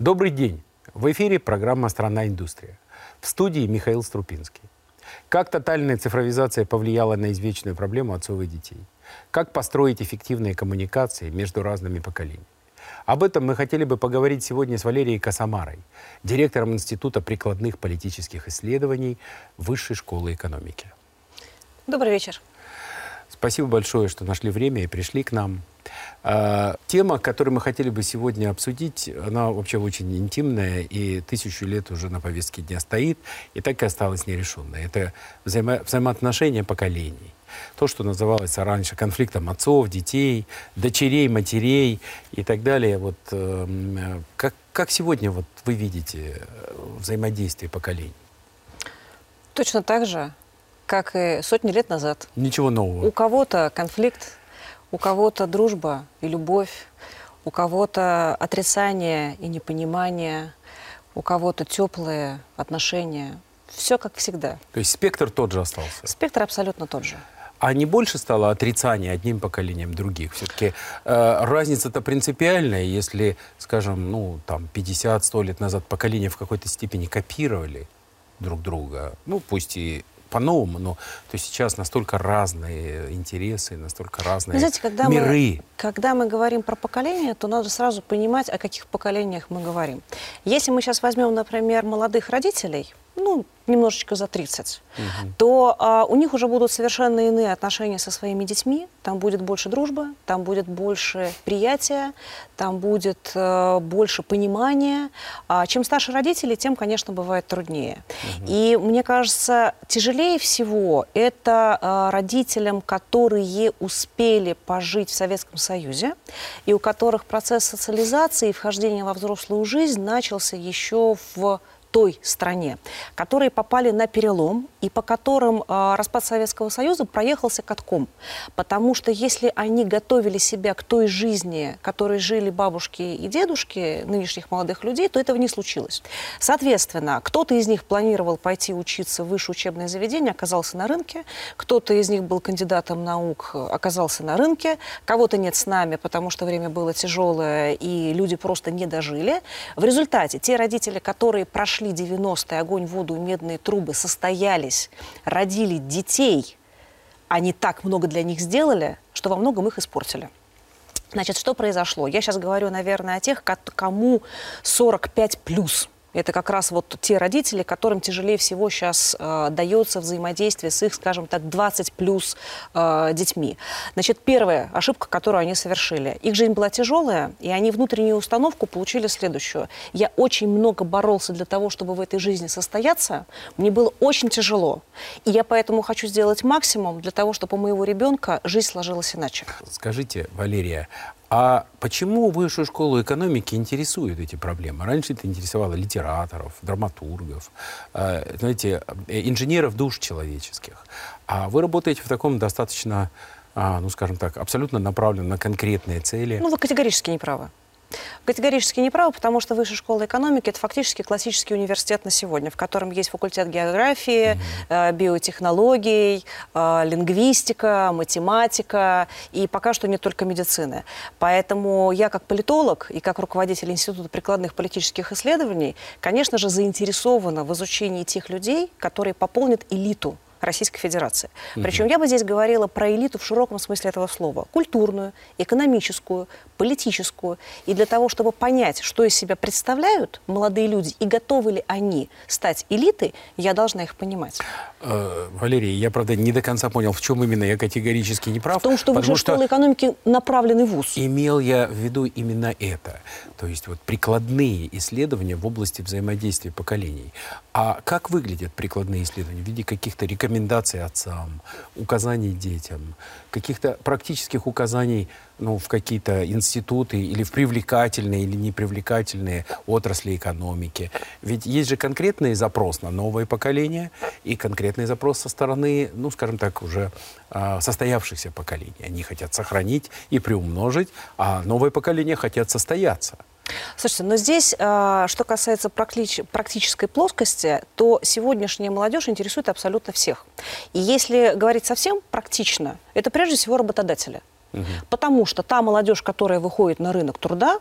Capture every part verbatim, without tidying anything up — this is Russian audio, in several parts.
Добрый день! В эфире программа «Страна индустрия». В студии Михаил Струпинский. Как тотальная цифровизация повлияла на извечную проблему отцов и детей? Как построить эффективные коммуникации между разными поколениями? Об этом мы хотели бы поговорить сегодня с Валерией Косомарой, директором Института прикладных политических исследований Высшей школы экономики. Добрый вечер. Спасибо большое, что нашли время и пришли к нам. А, тема, которую мы хотели бы сегодня обсудить, она вообще очень интимная и тысячу лет уже на повестке дня стоит, и так и осталась нерешенной. Это взаимо взаимоотношения поколений. То, что называлось раньше конфликтом отцов, детей, дочерей, матерей и так далее. Вот, э, как, как сегодня вот, вы видите взаимодействие поколений? Точно так же, как и сотни лет назад. Ничего нового. У кого-то конфликт, у кого-то дружба и любовь, у кого-то отрицание и непонимание, у кого-то теплые отношения. Все как всегда. То есть спектр тот же остался? Спектр абсолютно тот же. А не больше стало отрицания одним поколением других? Все-таки э, разница-то принципиальная, если, скажем, ну, там, пятьдесят-сто лет назад поколения в какой-то степени копировали друг друга, ну, пусть и по-новому, но то сейчас настолько разные интересы, настолько разные Знаете, когда миры. Мы, когда мы говорим про поколение, то надо сразу понимать, о каких поколениях мы говорим. Если мы сейчас возьмем, например, молодых родителей, ну, немножечко за тридцать, угу. то а, у них уже будут совершенно иные отношения со своими детьми, там будет больше дружбы, там будет больше приятия, там будет а, больше понимания. А, чем старше родители, тем, конечно, бывает труднее. Угу. И мне кажется, тяжелее всего это а, родителям, которые успели пожить в Советском Союзе, и у которых процесс социализации и вхождения во взрослую жизнь начался еще в той стране, которые попали на перелом и по которым э, распад Советского Союза проехался катком. Потому что если они готовили себя к той жизни, которой жили бабушки и дедушки нынешних молодых людей, то этого не случилось. Соответственно, кто-то из них планировал пойти учиться в высшее учебное заведение, оказался на рынке, кто-то из них был кандидатом наук, оказался на рынке, кого-то нет с нами, потому что время было тяжелое и люди просто не дожили. В результате те родители, которые прошли девяностые, огонь, воду и медные трубы, состоялись, родили детей, они так много для них сделали, что во многом их испортили. Значит, что произошло? Я сейчас говорю, наверное, о тех, кому сорок пять плюс. Это как раз вот те родители, которым тяжелее всего сейчас э, дается взаимодействие с их, скажем так, двадцать плюс э, детьми. Значит, первая ошибка, которую они совершили. Их жизнь была тяжелая, и они внутреннюю установку получили следующую. Я очень много боролся для того, чтобы в этой жизни состояться. Мне было очень тяжело. И я поэтому хочу сделать максимум для того, чтобы у моего ребенка жизнь сложилась иначе. Скажите, Валерия, а почему Высшую школу экономики интересуют эти проблемы? Раньше это интересовало литераторов, драматургов, э, знаете, инженеров душ человеческих. А вы работаете в таком достаточно, э, ну, скажем так, абсолютно направленном на конкретные цели. Ну, вы категорически не правы. Категорически не правы, потому что Высшая школа экономики – это фактически классический университет на сегодня, в котором есть факультет географии, mm-hmm. э, биотехнологий, э, лингвистика, математика и пока что не только медицины. Поэтому я как политолог и как руководитель Института прикладных политических исследований, конечно же, заинтересована в изучении тех людей, которые пополнят элиту Российской Федерации. Mm-hmm. Причем я бы здесь говорила про элиту в широком смысле этого слова. Культурную, экономическую, политическую. И для того, чтобы понять, что из себя представляют молодые люди и готовы ли они стать элитой, я должна их понимать. Э, Валерий, я, правда, не до конца понял, в чем именно я категорически не прав. В том, что Высшая школа экономики направленный вуз. Имел я в виду именно это. То есть вот прикладные исследования в области взаимодействия поколений. А как выглядят прикладные исследования? В виде каких-то рекомендаций отцам, указаний детям, каких-то практических указаний, ну, в какие-то институты или в привлекательные или непривлекательные отрасли экономики. Ведь есть же конкретный запрос на новое поколение и конкретный запрос со стороны, ну, скажем так, уже э, состоявшихся поколений. Они хотят сохранить и приумножить, а новое поколение хотят состояться. Слушайте, но здесь, э, что касается практи- практической плоскости, то сегодняшняя молодежь интересует абсолютно всех. И если говорить совсем практично, это прежде всего работодатели. Угу. Потому что та молодежь, которая выходит на рынок труда,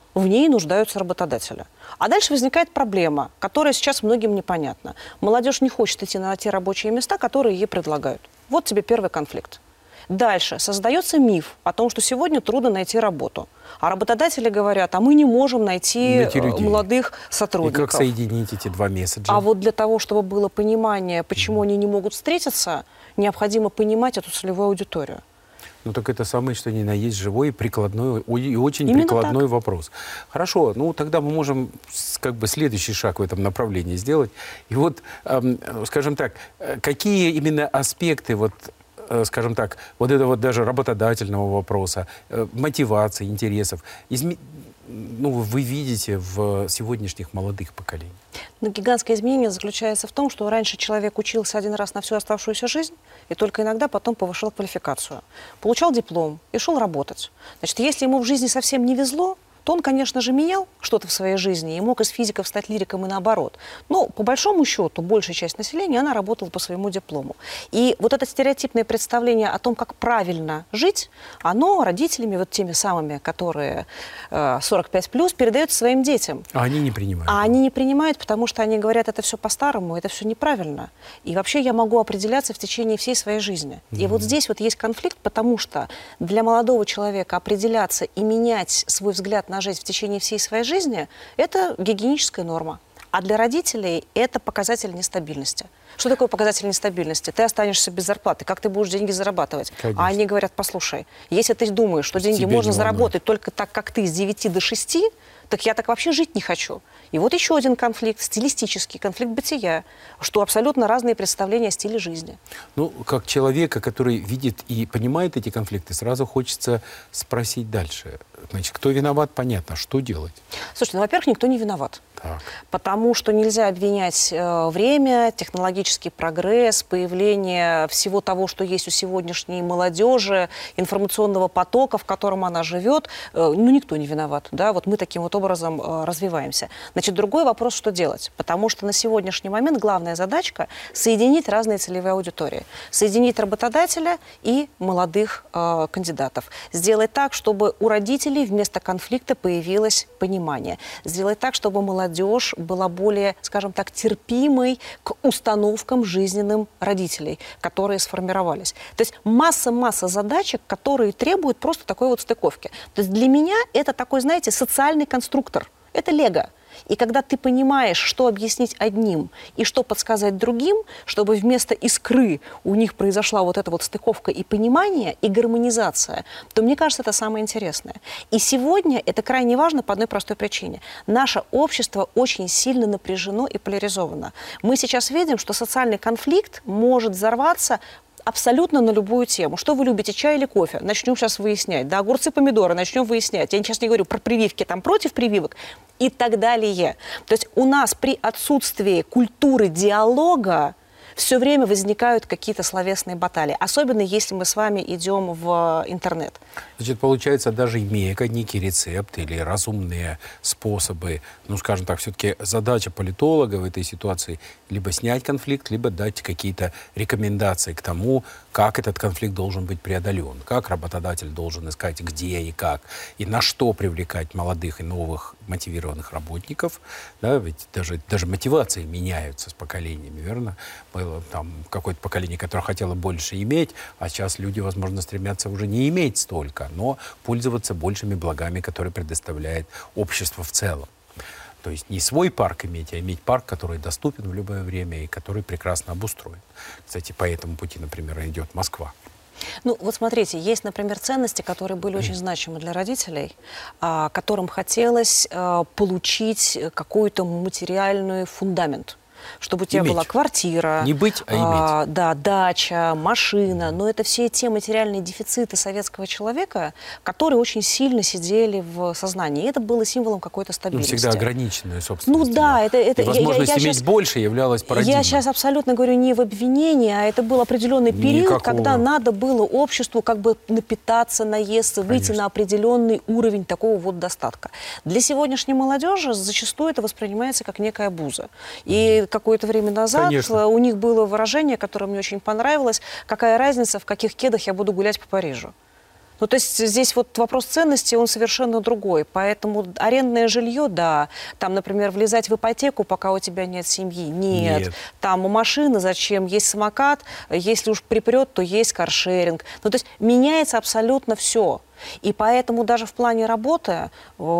в ней нуждаются работодатели. А дальше возникает проблема, которая сейчас многим непонятна. Молодежь не хочет идти на те рабочие места, которые ей предлагают. Вот тебе первый конфликт. Дальше создается миф о том, что сегодня трудно найти работу. А работодатели говорят, а мы не можем найти, найти молодых сотрудников. И как соединить эти два месседжа? А вот для того, чтобы было понимание, почему mm. они не могут встретиться, необходимо понимать эту целевую аудиторию. Ну так это самый, что ни на есть, живой, прикладной и очень Именно прикладной так. вопрос. Хорошо, ну тогда мы можем как бы следующий шаг в этом направлении сделать. И вот, эм, скажем так, какие именно аспекты вот, скажем так, вот этого вот даже работодательного вопроса, мотивации, интересов, изме... ну, вы видите в сегодняшних молодых поколениях? Но гигантское изменение заключается в том, что раньше человек учился один раз на всю оставшуюся жизнь и только иногда потом повышал квалификацию. Получал диплом и шел работать. Значит, если ему в жизни совсем не везло, то он, конечно же, менял что-то в своей жизни и мог из физиков стать лириком и наоборот. Но, по большому счету, большая часть населения, она работала по своему диплому. И вот это стереотипное представление о том, как правильно жить, оно родителями, вот теми самыми, которые э, сорок пять плюс, передается своим детям. А они не принимают. А они не принимают, потому что они говорят, это все по-старому, это все неправильно. И вообще я могу определяться в течение всей своей жизни. Mm-hmm. И вот здесь вот есть конфликт, потому что для молодого человека определяться и менять свой взгляд на жизнь в течение всей своей жизни, это гигиеническая норма. А для родителей это показатель нестабильности. Что такое показатель нестабильности? Ты останешься без зарплаты. Как ты будешь деньги зарабатывать? Конечно. А они говорят, послушай, если ты думаешь, что деньги Тебе можно заработать только так, как ты, с девяти до шести, так я так вообще жить не хочу. И вот еще один конфликт, стилистический, конфликт бытия, что абсолютно разные представления о стиле жизни. Ну, как человека, который видит и понимает эти конфликты, сразу хочется спросить дальше. Значит, кто виноват, понятно, что делать? Слушайте, ну, во-первых, никто не виноват. Так. Потому что нельзя обвинять э, время, технологический прогресс, появление всего того, что есть у сегодняшней молодежи, информационного потока, в котором она живет. Э, ну, никто не виноват. Да? Вот мы таким вот образом э, развиваемся. Значит, другой вопрос, что делать. Потому что на сегодняшний момент главная задачка – соединить разные целевые аудитории. Соединить работодателя и молодых э, кандидатов. Сделать так, чтобы у родителей вместо конфликта появилось понимание. Сделать так, чтобы молодежь была более, скажем так, терпимой к установкам жизненным родителей, которые сформировались. То есть масса-масса задачек, которые требуют просто такой вот стыковки. То есть для меня это такой, знаете, социальный конструктор. Это лего. И когда ты понимаешь, что объяснить одним и что подсказать другим, чтобы вместо искры у них произошла вот эта вот стыковка и понимание, и гармонизация, то, мне кажется, это самое интересное. И сегодня это крайне важно по одной простой причине. Наше общество очень сильно напряжено и поляризовано. Мы сейчас видим, что социальный конфликт может взорваться абсолютно на любую тему. Что вы любите, чай или кофе? Начнем сейчас выяснять. Да, огурцы, помидоры, начнем выяснять. Я сейчас не говорю про прививки, там, против прививок и так далее. То есть у нас при отсутствии культуры диалога все время возникают какие-то словесные баталии. Особенно, если мы с вами идем в интернет. Значит, получается, даже имея некий рецепт или разумные способы, ну, скажем так, все-таки задача политолога в этой ситуации либо снять конфликт, либо дать какие-то рекомендации к тому, как этот конфликт должен быть преодолен, как работодатель должен искать, где и как, и на что привлекать молодых и новых мотивированных работников. Да, ведь даже, даже мотивации меняются с поколениями, верно? Было там какое-то поколение, которое хотело больше иметь, а сейчас люди, возможно, стремятся уже не иметь столько, но пользоваться большими благами, которые предоставляет общество в целом. То есть не свой парк иметь, а иметь парк, который доступен в любое время и который прекрасно обустроен. Кстати, по этому пути, например, идет Москва. Ну, вот смотрите, есть, например, ценности, которые были очень значимы для родителей, а, которым хотелось а, получить какой-то материальный фундамент. Чтобы у тебя иметь. Была квартира, не быть, а а, иметь. Да, дача, машина. Но это все те материальные дефициты советского человека, которые очень сильно сидели в сознании. И это было символом какой-то стабильности. Ну, всегда ограниченная собственность. Ну да, это... это и возможность я, я иметь сейчас, больше являлась парадигмой. Я сейчас абсолютно говорю не в обвинении, а это был определенный период, Никакого. Когда надо было обществу как бы напитаться, наесться, выйти Конечно. На определенный уровень такого вот достатка. Для сегодняшней молодежи зачастую это воспринимается как некая буза. И какое-то время назад Конечно. У них было выражение, которое мне очень понравилось: какая разница, в каких кедах я буду гулять по Парижу. Ну, то есть здесь вот вопрос ценности, он совершенно другой. Поэтому арендное жилье, да, там, например, влезать в ипотеку, пока у тебя нет семьи, нет. нет. Там у машины зачем? Есть самокат, если уж припрет, то есть каршеринг. Ну, то есть меняется абсолютно все. И поэтому даже в плане работы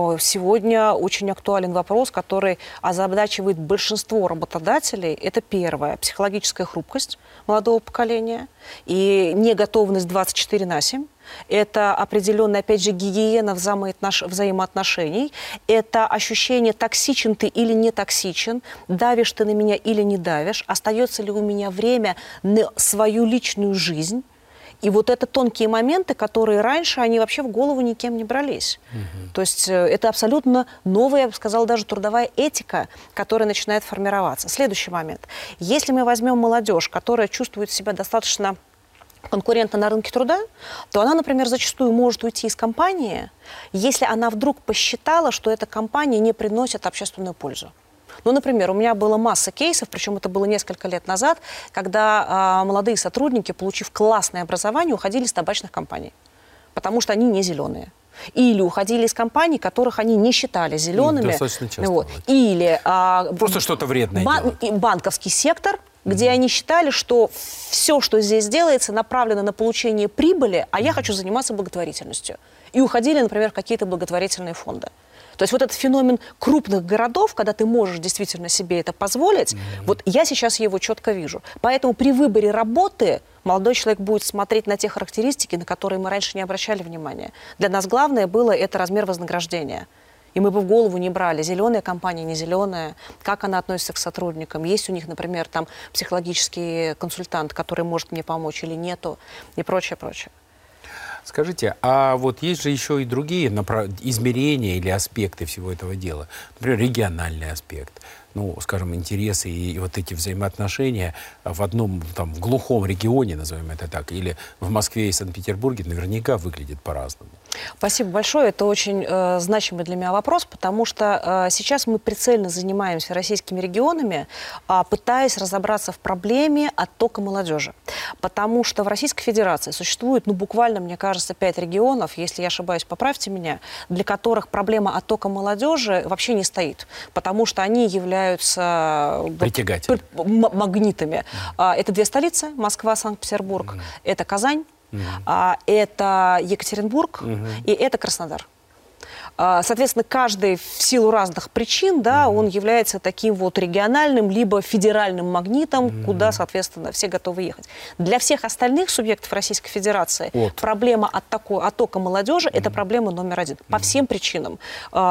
сегодня очень актуален вопрос, который озадачивает большинство работодателей. Это первое, психологическая хрупкость молодого поколения и неготовность двадцать четыре на семь. Это определенная, опять же, гигиена взаимоотношений. Это ощущение, токсичен ты или не токсичен, давишь ты на меня или не давишь, остается ли у меня время на свою личную жизнь. И вот это тонкие моменты, которые раньше, они вообще в голову никем не брались. Угу. То есть это абсолютно новая, я бы сказала, даже трудовая этика, которая начинает формироваться. Следующий момент. Если мы возьмем молодежь, которая чувствует себя достаточно конкурентно на рынке труда, то она, например, зачастую может уйти из компании, если она вдруг посчитала, что эта компания не приносит общественную пользу. Ну, например, у меня была масса кейсов, причем это было несколько лет назад, когда а, молодые сотрудники, получив классное образование, уходили из табачных компаний, потому что они не зеленые. Или уходили из компаний, которых они не считали зелеными. Достаточно часто. Вот. Или а, просто что-то вредное бан- банковский сектор, где mm-hmm. они считали, что все, что здесь делается, направлено на получение прибыли, а я mm-hmm. хочу заниматься благотворительностью. И уходили, например, в какие-то благотворительные фонды. То есть вот этот феномен крупных городов, когда ты можешь действительно себе это позволить, mm-hmm. вот я сейчас его четко вижу. Поэтому при выборе работы молодой человек будет смотреть на те характеристики, на которые мы раньше не обращали внимания. Для нас главное было это размер вознаграждения. И мы бы в голову не брали, зеленая компания, не зеленая, как она относится к сотрудникам, есть у них, например, там психологический консультант, который может мне помочь или нету, и прочее, прочее. Скажите, а вот есть же еще и другие направ... измерения или аспекты всего этого дела? Например, региональный аспект. Ну, скажем, интересы и, и вот эти взаимоотношения в одном, там, в глухом регионе, назовем это так, или в Москве и Санкт-Петербурге наверняка выглядит по-разному. Спасибо большое. Это очень э, значимый для меня вопрос, потому что э, сейчас мы прицельно занимаемся российскими регионами, э, пытаясь разобраться в проблеме оттока молодежи. Потому что в Российской Федерации существует, ну, буквально, мне кажется, пять регионов, если я ошибаюсь, поправьте меня, для которых проблема оттока молодежи вообще не стоит, потому что они являются притягателями, магнитами. Mm. Это две столицы, Москва, Санкт-Петербург, mm. это Казань, mm. это Екатеринбург mm-hmm. и это Краснодар. Соответственно, каждый в силу разных причин, да, mm-hmm. он является таким вот региональным либо федеральным магнитом, mm-hmm. куда, соответственно, все готовы ехать. Для всех остальных субъектов Российской Федерации вот. проблема от такой, оттока молодежи mm-hmm. это проблема номер один. По mm-hmm. всем причинам.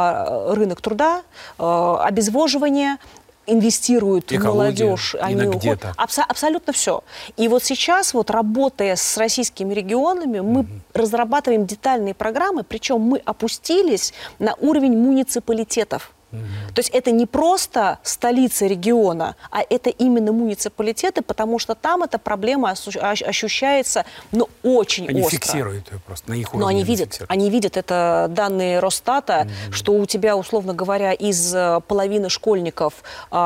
Рынок труда, обезвоживание, инвестируют экология, в молодежь, они уходят. Абсо- абсолютно все. И вот сейчас, вот, работая с российскими регионами, мы mm-hmm. разрабатываем детальные программы, причем мы опустились на уровень муниципалитетов. Mm-hmm. То есть это не просто столица региона, а это именно муниципалитеты, потому что там эта проблема ощущается, ну, очень они остро. Они фиксируют ее просто, на их уровне. Но они видят, они видят, это данные Росстата, mm-hmm. что у тебя, условно говоря, из половины школьников,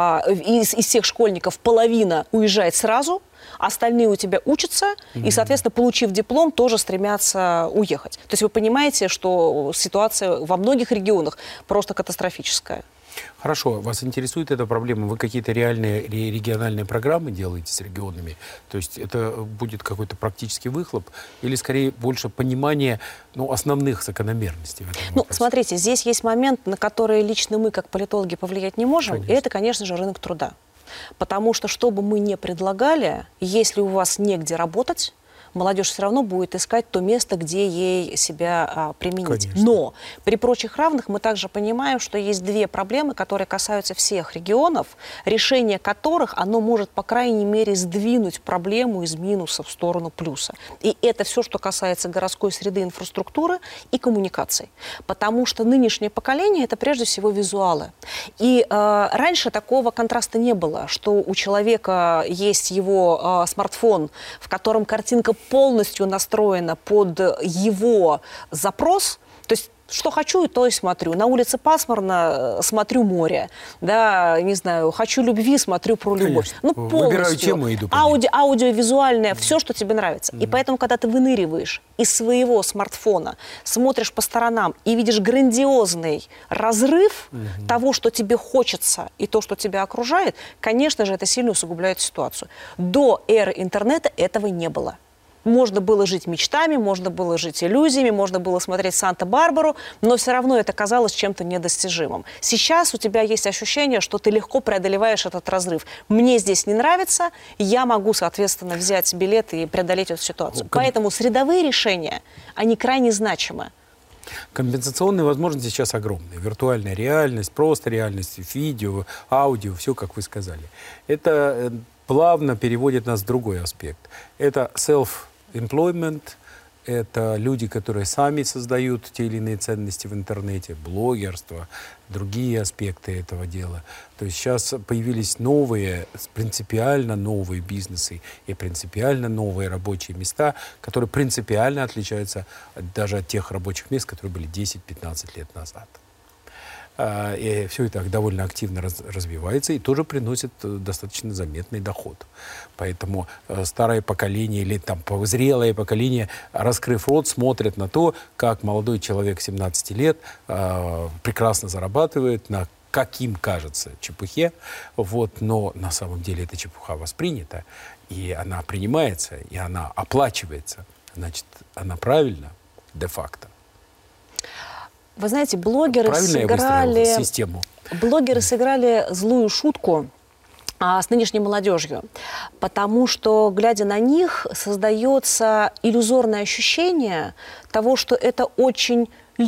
из, из всех школьников половина уезжает сразу, остальные у тебя учатся, mm-hmm. и, соответственно, получив диплом, тоже стремятся уехать. То есть вы понимаете, что ситуация во многих регионах просто катастрофическая. Хорошо. Вас интересует эта проблема? Вы какие-то реальные региональные программы делаете с регионами? То есть это будет какой-то практический выхлоп? Или, скорее, больше понимание, ну, основных закономерностей в этом вопросе? Ну, смотрите, здесь есть момент, на который лично мы, как политологи, повлиять не можем. Конечно. И это, конечно же, рынок труда. Потому что, что бы мы ни предлагали, если у вас негде работать, молодежь все равно будет искать то место, где ей себя а, применить. Конечно. Но при прочих равных мы также понимаем, что есть две проблемы, которые касаются всех регионов, решение которых оно может, по крайней мере, сдвинуть проблему из минуса в сторону плюса. И это все, что касается городской среды, инфраструктуры и коммуникаций. Потому что нынешнее поколение – это прежде всего визуалы. И э, раньше такого контраста не было, что у человека есть его э, смартфон, в котором картинка полностью настроена под его запрос, то есть что хочу, и то и смотрю. На улице пасмурно, смотрю море. Да, не знаю, хочу любви, смотрю про любовь. Конечно. Ну, полностью. Выбираю тему и иду по ней. Ауди, аудиовизуальное, все, что тебе нравится. Mm-hmm. И поэтому, когда ты выныриваешь из своего смартфона, смотришь по сторонам и видишь грандиозный разрыв mm-hmm. того, что тебе хочется, и то, что тебя окружает, конечно же, это сильно усугубляет ситуацию. До эры интернета этого не было. Можно было жить мечтами, можно было жить иллюзиями, можно было смотреть «Санта-Барбару», но все равно это казалось чем-то недостижимым. Сейчас у тебя есть ощущение, что ты легко преодолеваешь этот разрыв. Мне здесь не нравится, я могу, соответственно, взять билет и преодолеть эту ситуацию. Ком... Поэтому средовые решения, они крайне значимы. Компенсационные возможности сейчас огромные. Виртуальная реальность, просто реальность, видео, аудио, все, как вы сказали. Это плавно переводит нас в другой аспект. Это self employment, это люди, которые сами создают те или иные ценности в интернете, блогерство, другие аспекты этого дела. То есть сейчас появились новые, принципиально новые бизнесы и принципиально новые рабочие места, которые принципиально отличаются даже от тех рабочих мест, которые были десять-пятнадцать лет назад. И все это довольно активно раз, развивается и тоже приносит достаточно заметный доход. Поэтому старое поколение или там зрелое поколение, раскрыв рот, смотрят на то, как молодой человек семнадцати лет э, прекрасно зарабатывает на, как им кажется, чепухе. Вот, но на самом деле эта чепуха воспринята, и она принимается, и она оплачивается. Значит, она правильна де-факто. Вы знаете, блогеры сыграли, систему. блогеры сыграли злую шутку а, с нынешней молодежью, потому что, глядя на них, создается иллюзорное ощущение того, что это очень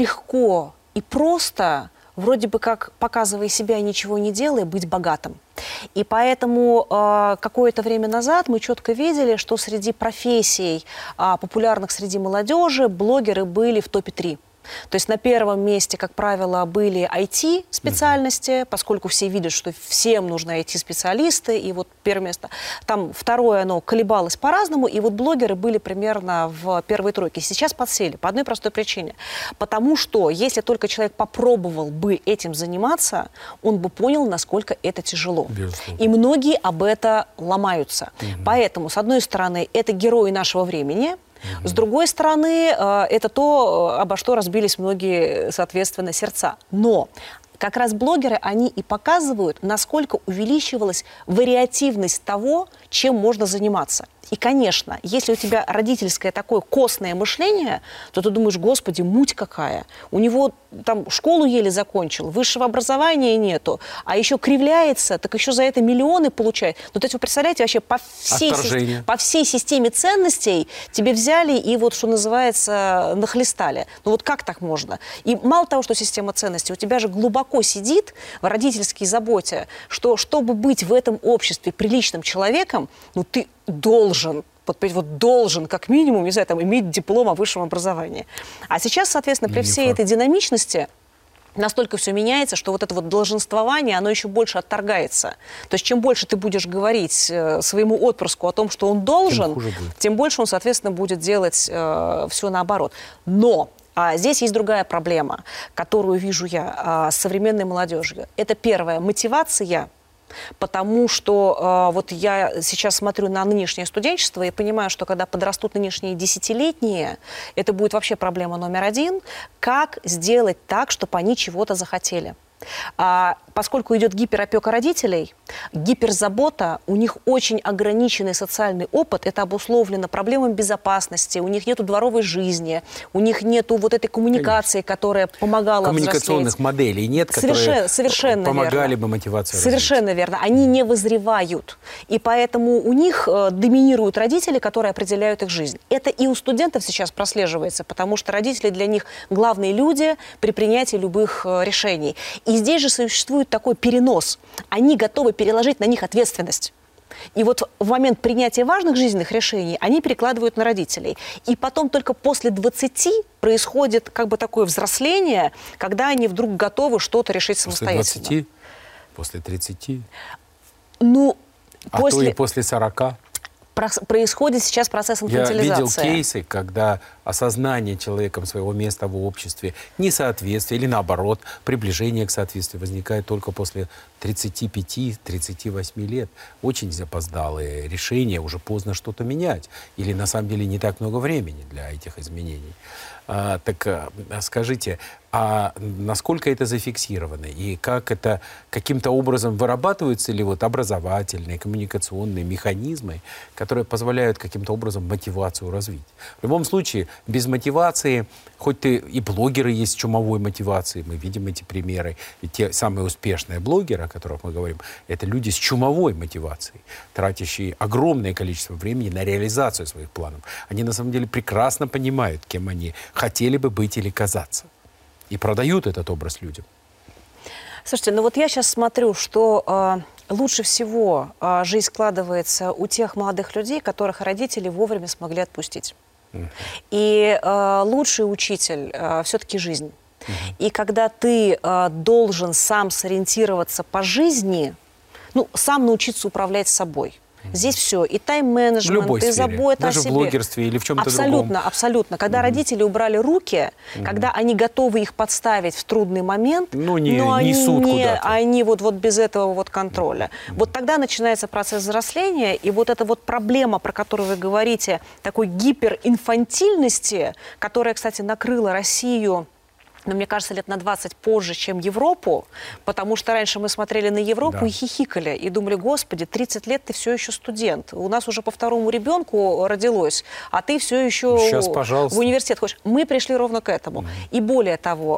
легко и просто, вроде бы как, показывая себя и ничего не делая, быть богатым. И поэтому э, какое-то время назад мы четко видели, что среди профессий, э, популярных среди молодежи, блогеры были в топе три. То есть на первом месте, как правило, были ай ти-специальности, mm-hmm. поскольку все видят, что всем нужны ай ти-специалисты, и вот первое место. Там второе, оно колебалось по-разному, и вот блогеры были примерно в первой тройке. Сейчас подсели по одной простой причине. Потому что если только человек попробовал бы этим заниматься, он бы понял, насколько это тяжело. Безусловно. И многие об этом ломаются. Mm-hmm. Поэтому, с одной стороны, это герои нашего времени. С другой стороны, это то, обо что разбились многие, соответственно, сердца. Но как раз блогеры, они и показывают, насколько увеличивалась вариативность того, чем можно заниматься. И, конечно, если у тебя родительское такое костное мышление, то ты думаешь, господи, муть какая. У него там школу еле закончил, высшего образования нету, а еще кривляется, так еще за это миллионы получает. Ну, то есть вы представляете, вообще по всей, си- по всей системе ценностей тебе взяли и вот, что называется, нахлестали. Ну вот как так можно? И мало того, что система ценностей, у тебя же глубоко сидит в родительской заботе, что чтобы быть в этом обществе приличным человеком, ну ты должен, вот, вот должен, как минимум, не знаю, там, иметь диплом о высшем образовании. А сейчас, соответственно, при всей этой динамичности настолько все меняется, что вот это вот долженствование, оно еще больше отторгается. То есть чем больше ты будешь говорить э, своему отпрыску о том, что он должен, тем, тем больше он, соответственно, будет делать э, все наоборот. Но а здесь есть другая проблема, которую вижу я а, с современной молодежью. Это первое, мотивация. Потому что э, вот я сейчас смотрю на нынешнее студенчество и понимаю, что когда подрастут нынешние десятилетние, это будет вообще проблема номер один. Как сделать так, чтобы они чего-то захотели? А, поскольку идет гиперопека родителей, гиперзабота, у них очень ограниченный социальный опыт, это обусловлено проблемами безопасности, у них нету дворовой жизни, у них нету вот этой коммуникации, Конечно. Которая помогала коммуникационных взрослеть. моделей нет, совершенно, которые совершенно помогали верно. бы мотивации Совершенно развить. Верно. Они не вызревают. И поэтому у них э, доминируют родители, которые определяют их жизнь. Это и у студентов сейчас прослеживается, потому что родители для них главные люди при принятии любых э, решений. И здесь же существует такой перенос. Они готовы переложить на них ответственность. И вот в момент принятия важных жизненных решений они перекладывают на родителей. И потом только после двадцати происходит как бы такое взросление, когда они вдруг готовы что-то решить самостоятельно. После двадцати? После тридцати? Ну, а после... то и после сорока? происходит сейчас процесс инфантилизации. Я видел кейсы, когда осознание человеком своего места в обществе, несоответствие или наоборот, приближение к соответствию возникает только после тридцати пяти — тридцати восьми лет. Очень запоздалые решения, уже поздно что-то менять. Или на самом деле не так много времени для этих изменений. А, так а, скажите, а насколько это зафиксировано? И как это каким-то образом вырабатываются ли вот образовательные, коммуникационные механизмы, которые позволяют каким-то образом мотивацию развить? В любом случае, без мотивации, хоть ты и блогеры есть с чумовой мотивацией, мы видим эти примеры, и те самые успешные блогеры, о которых мы говорим, это люди с чумовой мотивацией, тратящие огромное количество времени на реализацию своих планов. Они на самом деле прекрасно понимают, кем они хотели бы быть или казаться. И продают этот образ людям. Слушайте, ну вот я сейчас смотрю, что э, лучше всего э, жизнь складывается у тех молодых людей, которых родители вовремя смогли отпустить. Mm-hmm. И э, лучший учитель э, все-таки жизнь. Mm-hmm. И когда ты э, должен сам сориентироваться по жизни, ну, сам научиться управлять собой. Здесь все, и тайм-менеджмент, и забота о себе. Даже в блогерстве или в чем-то другом. Абсолютно, абсолютно. Когда mm-hmm. родители убрали руки, mm-hmm. когда они готовы их подставить в трудный момент, ну, не, но не они, не, они вот, вот без этого вот контроля. Mm-hmm. Вот тогда начинается процесс взросления, и вот эта вот проблема, про которую вы говорите, такой гиперинфантильности, которая, кстати, накрыла Россию, но мне кажется, лет на двадцать позже, чем Европу, потому что раньше мы смотрели на Европу да. и хихикали, и думали, господи, тридцать лет ты все еще студент, у нас уже по второму ребенку родилось, а ты все еще Сейчас, пожалуйста. в университет ходишь. Мы пришли ровно к этому. Mm. И более того,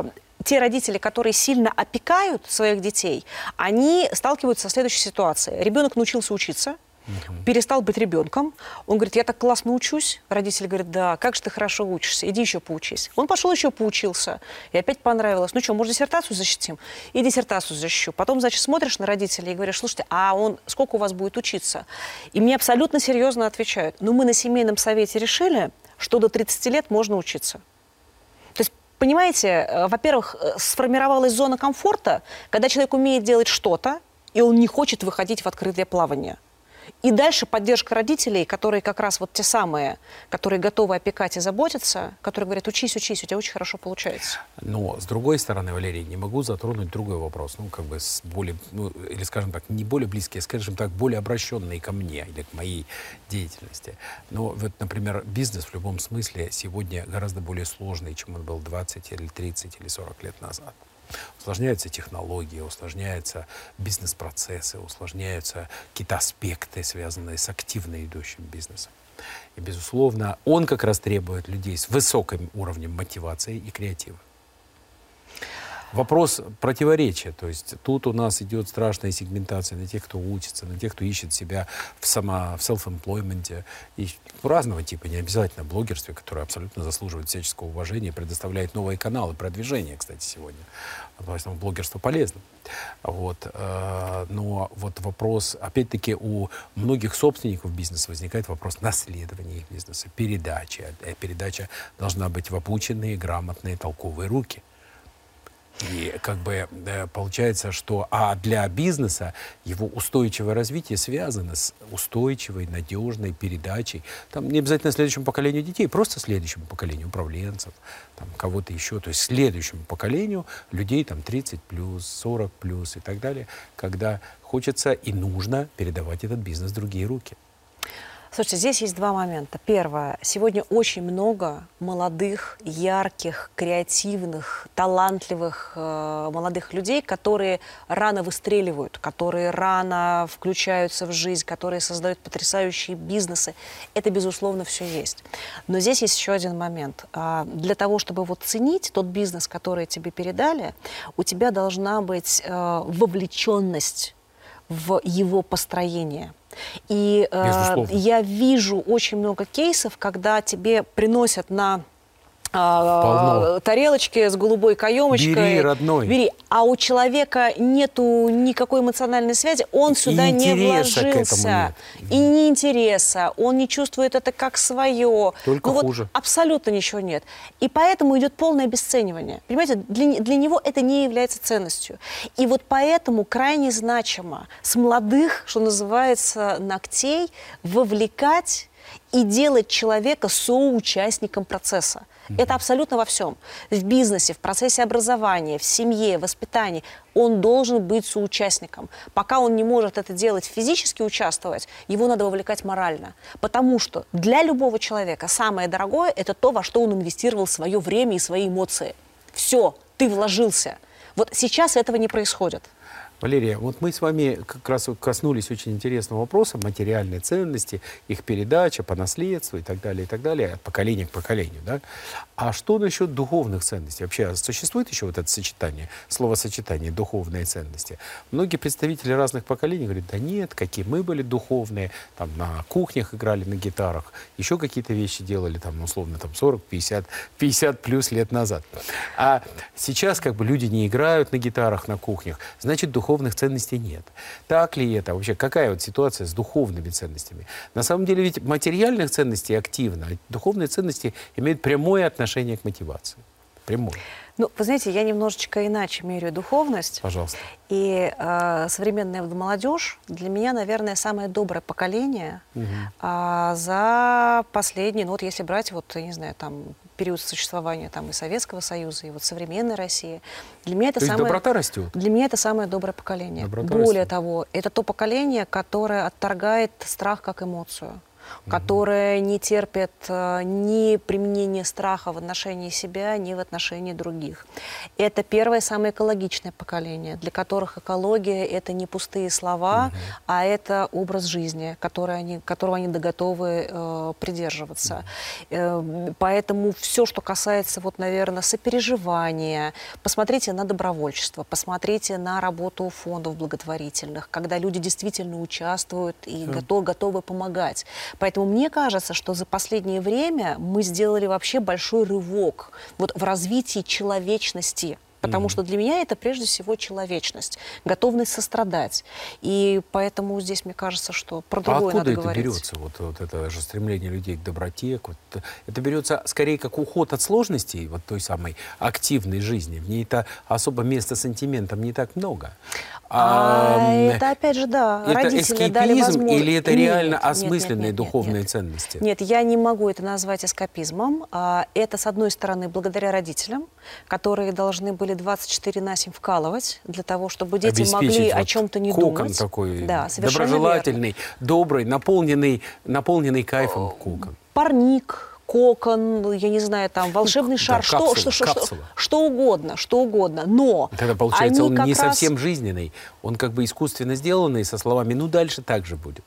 те родители, которые сильно опекают своих детей, они сталкиваются со следующей ситуацией. Ребенок научился учиться, Uh-huh. перестал быть ребенком. Он говорит, я так классно учусь. Родители говорят, да, как же ты хорошо учишься, иди еще поучись. Он пошел еще поучился, и опять понравилось. Ну что, может, диссертацию защитим? И диссертацию защищу. Потом, значит, смотришь на родителей и говоришь, слушайте, а он сколько у вас будет учиться? И мне абсолютно серьезно отвечают, ну мы на семейном совете решили, что до тридцати лет можно учиться. То есть, понимаете, во-первых, сформировалась зона комфорта, когда человек умеет делать что-то, и он не хочет выходить в открытое плавание. И дальше поддержка родителей, которые как раз вот те самые, которые готовы опекать и заботиться, которые говорят, учись, учись, у тебя очень хорошо получается. Но, с другой стороны, Валерий, не могу затронуть другой вопрос, ну, как бы, с более, ну, или, скажем так, не более близкие, скажем так, более обращенные ко мне или к моей деятельности. Но, вот, например, бизнес в любом смысле сегодня гораздо более сложный, чем он был двадцать или тридцать или сорок лет назад. Усложняются технологии, усложняются бизнес-процессы, усложняются какие-то аспекты, связанные с активно идущим бизнесом. И, безусловно, он как раз требует людей с высоким уровнем мотивации и креатива. Вопрос противоречия. То есть тут у нас идет страшная сегментация на тех, кто учится, на тех, кто ищет себя в, само, в селф-эмплойменте. И разного типа, не обязательно в блогерстве, которое абсолютно заслуживает всяческого уважения, предоставляет новые каналы продвижения, кстати, сегодня. Поэтому блогерство полезно. Вот. Но вот вопрос, опять-таки, у многих собственников бизнеса возникает вопрос наследования их бизнеса, передачи. Передача должна быть в обученные, грамотные, толковые руки. И как бы получается, что а для бизнеса его устойчивое развитие связано с устойчивой, надежной передачей, там не обязательно следующему поколению детей, просто следующему поколению управленцев, там кого-то еще, то есть следующему поколению людей там тридцать плюс, сорок плюс и так далее, когда хочется и нужно передавать этот бизнес в другие руки. Слушайте, здесь есть два момента. Первое. Сегодня очень много молодых, ярких, креативных, талантливых э, молодых людей, которые рано выстреливают, которые рано включаются в жизнь, которые создают потрясающие бизнесы. Это, безусловно, все есть. Но здесь есть еще один момент. А, для того, чтобы вот ценить тот бизнес, который тебе передали, у тебя должна быть э, вовлеченность в его построение. И э, я вижу очень много кейсов, когда тебе приносят на а, тарелочки с голубой каемочкой. Бери, родной. Бери. А у человека нету никакой эмоциональной связи, он сюда не вложился. И не интереса, он не чувствует это как свое. Только ну, хуже. Вот абсолютно ничего нет. И поэтому идет полное обесценивание. Понимаете, для, для него это не является ценностью. И вот поэтому крайне значимо с молодых, что называется, ногтей вовлекать и делать человека соучастником процесса. Mm-hmm. Это абсолютно во всем. В бизнесе, в процессе образования, в семье, в воспитании. Он должен быть соучастником. Пока он не может это делать, физически участвовать, его надо вовлекать морально. Потому что для любого человека самое дорогое – это то, во что он инвестировал свое время и свои эмоции. Все, ты вложился. Вот сейчас этого не происходит. Валерия, вот мы с вами как раз коснулись очень интересного вопроса материальной ценности, их передача по наследству и так далее, и так далее, от поколения к поколению, да? А что насчет духовных ценностей? Вообще существует еще вот это сочетание, словосочетание духовные ценности? Многие представители разных поколений говорят, да нет, какие мы были духовные, там на кухнях играли на гитарах, еще какие-то вещи делали, там, условно, там сорок, пятьдесят, пятьдесят плюс лет назад. А сейчас как бы люди не играют на гитарах на кухнях, значит, духовные духовных ценностей нет. Так ли это? Вообще, какая вот ситуация с духовными ценностями? На самом деле ведь материальных ценностей активно, а духовные ценности имеют прямое отношение к мотивации. Прямое. Ну, вы знаете, я немножечко иначе меряю духовность. Пожалуйста. И э, современная молодежь для меня, наверное, самое доброе поколение угу. э, за последние, ну вот если брать, вот, я не знаю, там, период существования там, и Советского Союза, и вот современной России. Для меня это то самое, есть доброта растет? Для меня это самое доброе поколение. Доброта Более растет. того, это то поколение, которое отторгает страх как эмоцию. Которые не терпят э, ни применения страха в отношении себя, ни в отношении других. Это первое, самое экологичное поколение, для которых экология – это не пустые слова, угу. а это образ жизни, который они, которого они готовы э, придерживаться. Угу. Э, поэтому все, что касается, вот, наверное, сопереживания, посмотрите на добровольчество, посмотрите на работу фондов благотворительных, когда люди действительно участвуют и угу. готов, готовы помогать. Поэтому мне кажется, что за последнее время мы сделали вообще большой рывок вот в развитии человечности. Потому mm-hmm. что для меня это прежде всего человечность, готовность сострадать. И поэтому здесь мне кажется, что про другое а надо это говорить. Берется, вот, вот это же стремление людей к доброте? К, вот, это берется скорее как уход от сложностей, вот той самой активной жизни. В ней-то особо места сантиментам не так много. А, а это опять же, да, это родители дали возможность. Или это реально нет, осмысленные нет, нет, духовные нет, нет. ценности? Нет, я не могу это назвать эскапизмом. Это, с одной стороны, благодаря родителям, которые должны были двадцать четыре на семь вкалывать для того, чтобы дети обеспечить могли вот о чем-то не кокон думать. такой Да, доброжелательный, верно. добрый, наполненный, наполненный кайфом кокон. Парник, кокон, я не знаю, там, волшебный шар, да, что, капсула, что, капсула. что, что угодно, что угодно. Но тогда получается, они он не как раз... совсем жизненный, он как бы искусственно сделанный, со словами «ну дальше так же будет».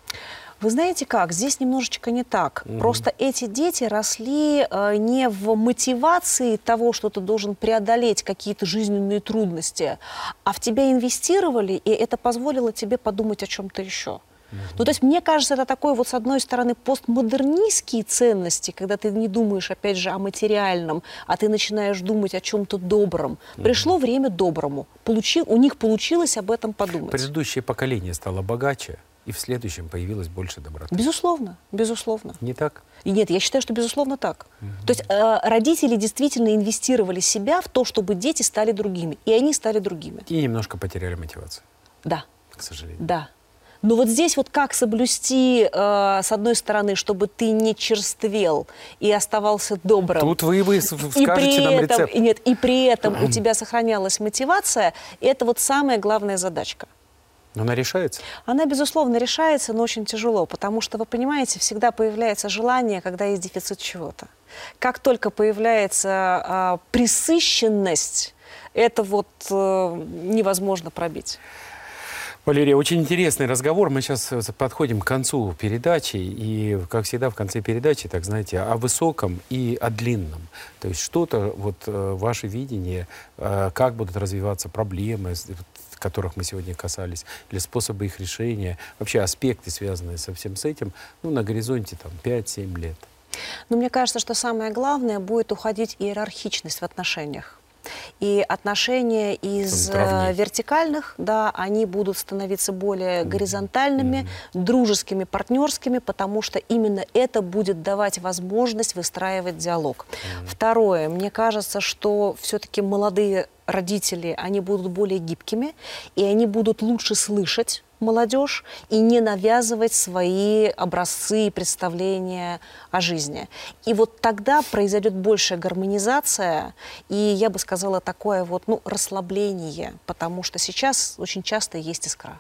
Вы знаете как? Здесь немножечко не так. Mm-hmm. Просто эти дети росли э, не в мотивации того, что ты должен преодолеть какие-то жизненные трудности, а в тебя инвестировали, и это позволило тебе подумать о чем-то еще. Mm-hmm. Ну, то есть, мне кажется, это такой вот, с одной стороны, постмодернистские ценности, когда ты не думаешь, опять же, о материальном, а ты начинаешь думать о чем-то добром. Mm-hmm. Пришло время доброму. Получи... У них получилось об этом подумать. Предыдущее поколение стало богаче, и в следующем появилось больше доброты. Безусловно, безусловно. Не так? И нет, я считаю, что безусловно так. Угу. То есть э, родители действительно инвестировали себя в то, чтобы дети стали другими. И они стали другими. И немножко потеряли мотивацию. Да. К сожалению. Да. Но вот здесь вот как соблюсти, э, с одной стороны, чтобы ты не черствел и оставался добрым. Тут вы, вы скажете и при нам этом, рецепт. Нет, и при этом у тебя сохранялась мотивация, это вот самая главная задачка. Но она решается? Она, безусловно, решается, но очень тяжело, потому что, вы понимаете, всегда появляется желание, когда есть дефицит чего-то. Как только появляется а, пресыщенность, это вот а, невозможно пробить. Валерия, очень интересный разговор. Мы сейчас подходим к концу передачи. И, как всегда, в конце передачи, так знаете, о высоком и о длинном. То есть что-то, вот ваше видение, как будут развиваться проблемы, которых мы сегодня касались, или способы их решения, вообще аспекты, связанные со всем с этим, ну, на горизонте там пять-семь лет. Но мне кажется, что самое главное будет уходить иерархичность в отношениях. И отношения из э, вертикальных, да, они будут становиться более горизонтальными, mm-hmm. дружескими, партнерскими, потому что именно это будет давать возможность выстраивать диалог. Mm-hmm. Второе, мне кажется, что все-таки молодые родители, они будут более гибкими, и они будут лучше слышать молодежь и не навязывать свои образцы и представления о жизни. И вот тогда произойдет большая гармонизация, и я бы сказала, такое вот, ну, расслабление, потому что сейчас очень часто есть искра.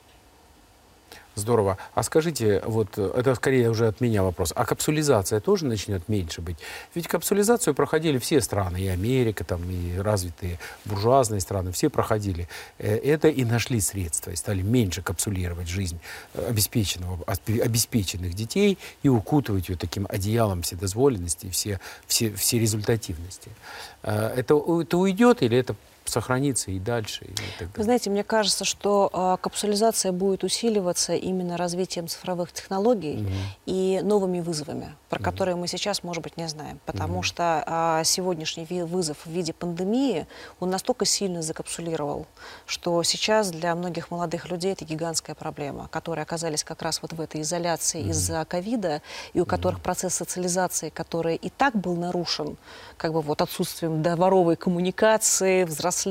Здорово. А скажите, вот это скорее уже от меня вопрос, а капсулизация тоже начнет меньше быть? Ведь капсулизацию проходили все страны, и Америка, там, и развитые буржуазные страны, все проходили это и нашли средства, и стали меньше капсулировать жизнь обеспеченного, обеспеченных детей и укутывать ее таким одеялом вседозволенности и все, все, все результативности. Это, это уйдет или это сохранится и дальше? И так Вы знаете, мне кажется, что э, капсулизация будет усиливаться именно развитием цифровых технологий mm-hmm. и новыми вызовами, про mm-hmm. которые мы сейчас, может быть, не знаем. Потому mm-hmm. что э, сегодняшний вызов в виде пандемии, он настолько сильно закапсулировал, что сейчас для многих молодых людей это гигантская проблема, которые оказались как раз вот в этой изоляции mm-hmm. из-за ковида, и у которых mm-hmm. процесс социализации, который и так был нарушен, как бы вот отсутствием дворовой коммуникации, взросления,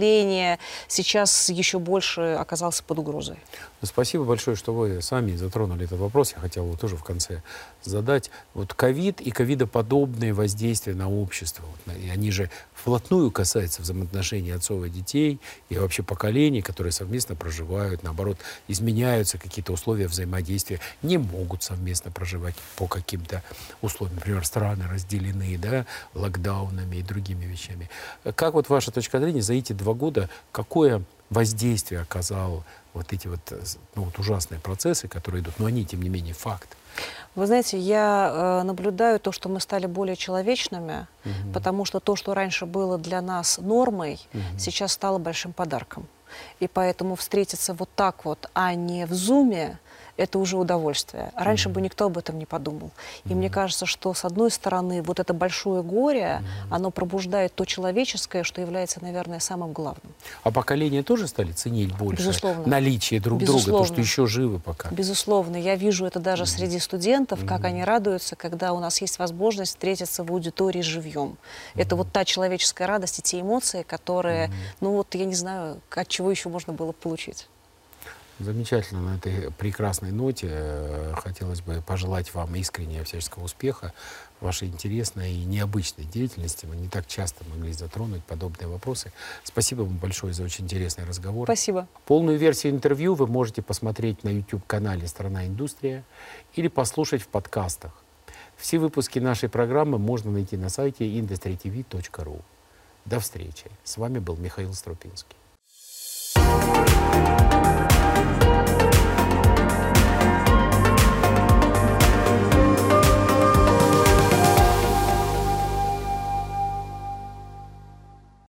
сейчас еще больше оказался под угрозой. Спасибо большое, что вы сами затронули этот вопрос. Я хотел его тоже в конце задать. Вот ковид и ковидоподобные воздействия на общество. Вот, и они же вплотную касаются взаимоотношений отцов и детей, и вообще поколений, которые совместно проживают. Наоборот, изменяются какие-то условия взаимодействия, не могут совместно проживать по каким-то условиям. Например, страны разделены, да, локдаунами и другими вещами. Как вот ваша точка зрения за эти два года, какое воздействие оказал вот эти вот, ну, вот ужасные процессы, которые идут, но они, тем не менее, факт? Вы знаете, я э, наблюдаю то, что мы стали более человечными, угу. потому что то, что раньше было для нас нормой, угу. сейчас стало большим подарком. И поэтому встретиться вот так вот, а не в зуме, это уже удовольствие. Раньше mm-hmm. бы никто об этом не подумал. И mm-hmm. мне кажется, что, с одной стороны, вот это большое горе, mm-hmm. оно пробуждает то человеческое, что является, наверное, самым главным. А поколения тоже стали ценить больше? Безусловно. Наличие друг Безусловно. друга, то, что еще живы пока? Безусловно. Я вижу это даже mm-hmm. среди студентов, как mm-hmm. они радуются, когда у нас есть возможность встретиться в аудитории живьем. Mm-hmm. Это вот та человеческая радость и те эмоции, которые, mm-hmm. ну вот, я не знаю, от чего еще можно было получить. Замечательно. На этой прекрасной ноте э, хотелось бы пожелать вам искреннего всяческого успеха в вашей интересной и необычной деятельности. Мы не так часто могли затронуть подобные вопросы. Спасибо вам большое за очень интересный разговор. Спасибо. Полную версию интервью вы можете посмотреть на YouTube-канале «Страна Индустрия» или послушать в подкастах. Все выпуски нашей программы можно найти на сайте индустри ти ви точка ру. До встречи. С вами был Михаил Струпинский.